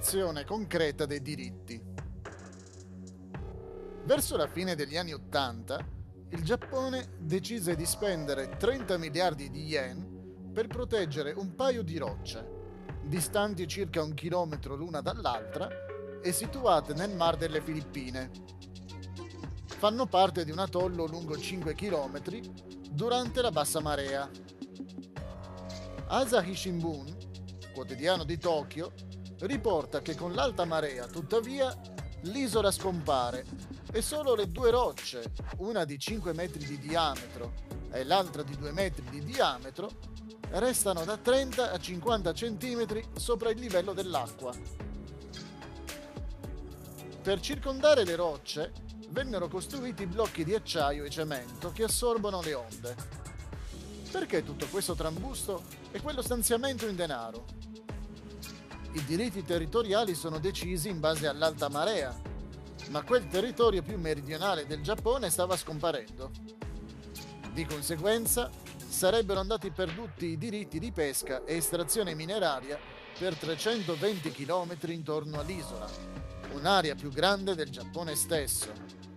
l'estrazione concreta dei diritti. Verso la fine degli anni '80, il Giappone decise di spendere 30 miliardi di yen per proteggere un paio di rocce, distanti circa 1 chilometro l'una dall'altra e situate nel Mar delle Filippine. Fanno parte di un atollo lungo 5 chilometri durante la bassa marea. Asahi Shimbun, quotidiano di Tokyo, riporta che con l'alta marea, tuttavia, l'isola scompare e solo le due rocce, una di 5 metri di diametro e l'altra di 2 metri di diametro, restano da 30 a 50 centimetri sopra il livello dell'acqua. Per circondare le rocce vennero costruiti blocchi di acciaio e cemento che assorbono le onde. Perché tutto questo trambusto e quello stanziamento in denaro? I diritti territoriali sono decisi in base all'alta marea, ma quel territorio più meridionale del Giappone stava scomparendo. Di conseguenza, sarebbero andati perduti i diritti di pesca e estrazione mineraria per 320 km intorno all'isola, un'area più grande del Giappone stesso.